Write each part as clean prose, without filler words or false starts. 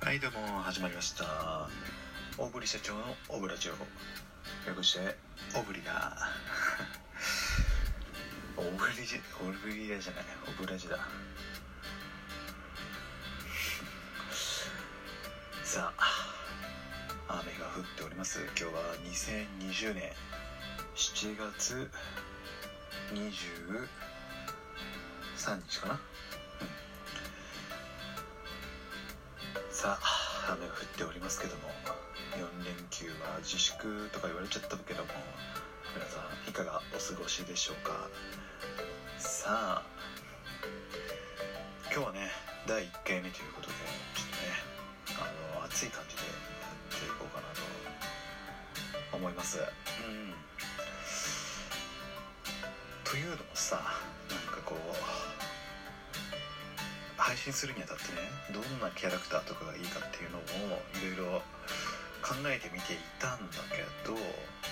はいどうも始まりました。大振り社長のオブラジオ、略してオブリだオブリだじゃない、オブラジだ。さあ雨が降っております。今日は2020年7月23日かな。さあ雨が降っておりますけども、4連休は自粛とか言われちゃったけども、皆さんいかがお過ごしでしょうか。さあ今日はね第1回目ということで、ちょっとね暑い感じでやっていこうかなと思います。というのもさ、なんかこう配信するにあたってね、どんなキャラクターとかがいいかっていうのをいろいろ考えてみていたんだけど、い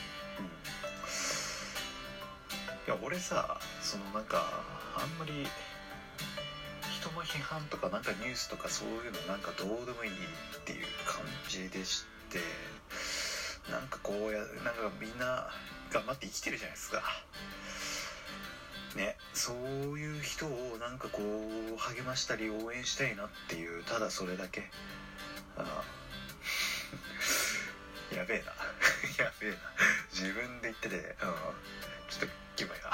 や俺さ、そのなんかあんまり人の批判とかなんかニュースとかそういうのなんかどうでもいいっていう感じでして、なんかこうなんかみんな頑張って生きてるじゃないですかね。そういう人をなんかこう励ましたり応援したいなっていう、ただそれだけ。やべえなやべえな、自分で言ってて、ちょっと気分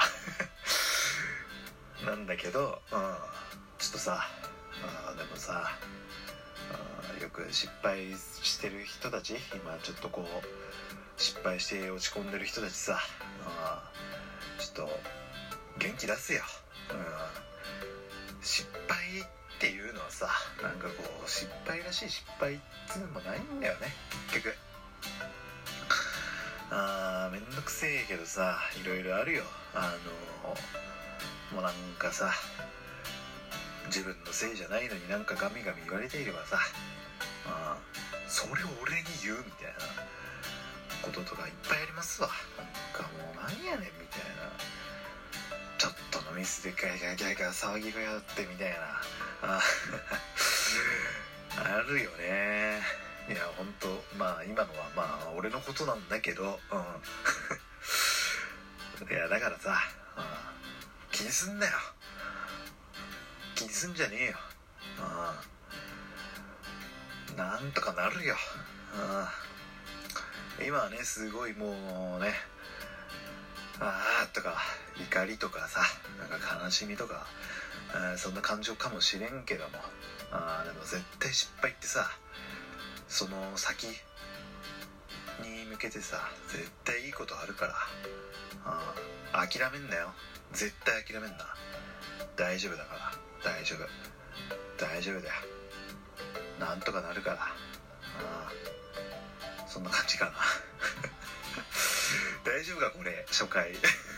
やなんだけど、ちょっとさ、でもさ、よく失敗してる人たち、今ちょっとこう失敗して落ち込んでる人たちさ、ちょっと元気出すよ。失敗っていうのはさ、なんかこう失敗らしい失敗っていうのもないんだよね、結局。めんどくせえけどさ、いろいろあるよ。もうなんかさ、自分のせいじゃないのになんかガミガミ言われていればさ、それを俺に言うみたいなこととかいっぱいありますわ。なんかもうなんやねんみたいな、ちょっとのミスでガヤガヤ騒ぎがやってみたいなあるよね。いやほんと、まあ今のはまあ俺のことなんだけど、いやだからさ、気にすんなよ、気にすんじゃねえよ。なんとかなるよ。今はねすごいもうね、とか怒りとかさ、なんか悲しみとか、そんな感情かもしれんけども、でも絶対失敗ってさ、その先に向けてさ絶対いいことあるから、諦めんなよ、絶対諦めんな。大丈夫だから、大丈夫だよ、なんとかなるから。そんな感じかな大丈夫かこれ初回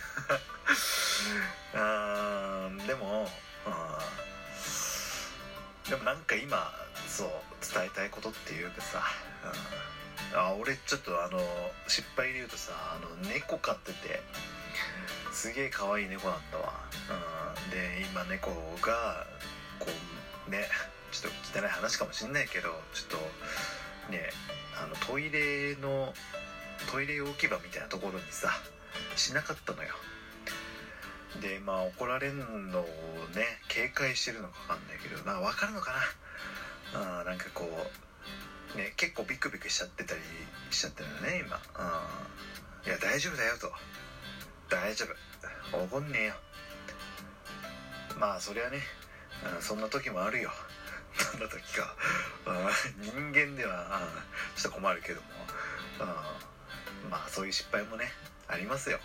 でもなんか今そう伝えたいことっていうかさ、俺ちょっと失敗で言うとさ、猫飼っててすげえ可愛い猫なんだわ。で今猫がこうね、ちょっと汚い話かもしんないけど、ちょっとねトイレ置き場みたいなところにさしなかったのよ。でまあ怒られんのをね警戒してるのか分かんないけど、分かるのかな。なんかこうね結構ビクビクしちゃってたりしちゃってるのね今。いや大丈夫だよと、大丈夫、怒んねえよ。まあそりゃね、そんな時もあるよどんな時か人間ではちょっと困るけども、まあそういう失敗もねありますよ。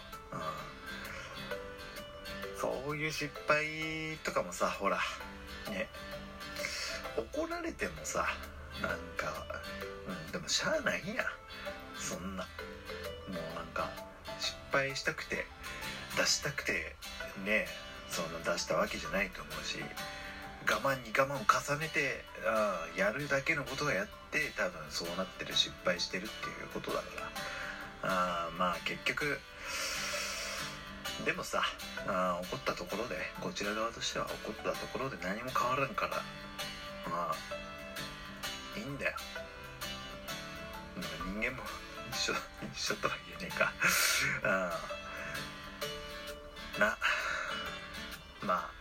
そういう失敗とかもさ、ほらね、怒られてもさなんか、でもしゃあないやん、そんな。もうなんか失敗したくて出したくてね、その出したわけじゃないと思うし、我慢に我慢を重ねてやるだけのことをやって、多分そうなってる、失敗してるっていうことだから、まあ結局でもさ、怒ったところで、こちら側としては怒ったところで何も変わらんから、いいんだよ。人間も一緒とは言えねえかな、ま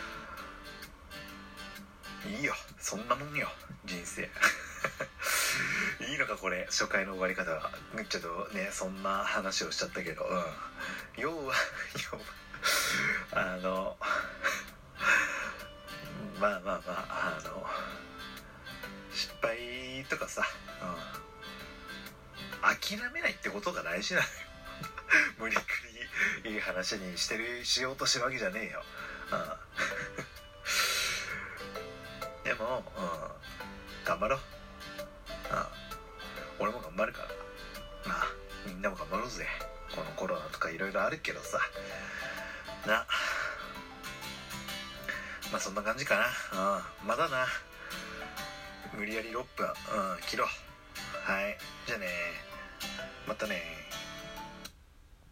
あいいよ、そんなもんよ人生いいのかこれ、初回の終わり方は。ちょっとね、そんな話をしちゃったけど、要はまあ失敗とかさ、諦めないってことが大事なのよ無理くりいい話にしようとしてるわけじゃねえよ。でも、頑張ろう。俺も頑張るから、まあみんなも頑張ろうぜ。このコロナとかいろいろあるけどさな。まあそんな感じかな。まだな、無理やり6分切ろう。はい、じゃあね、またね。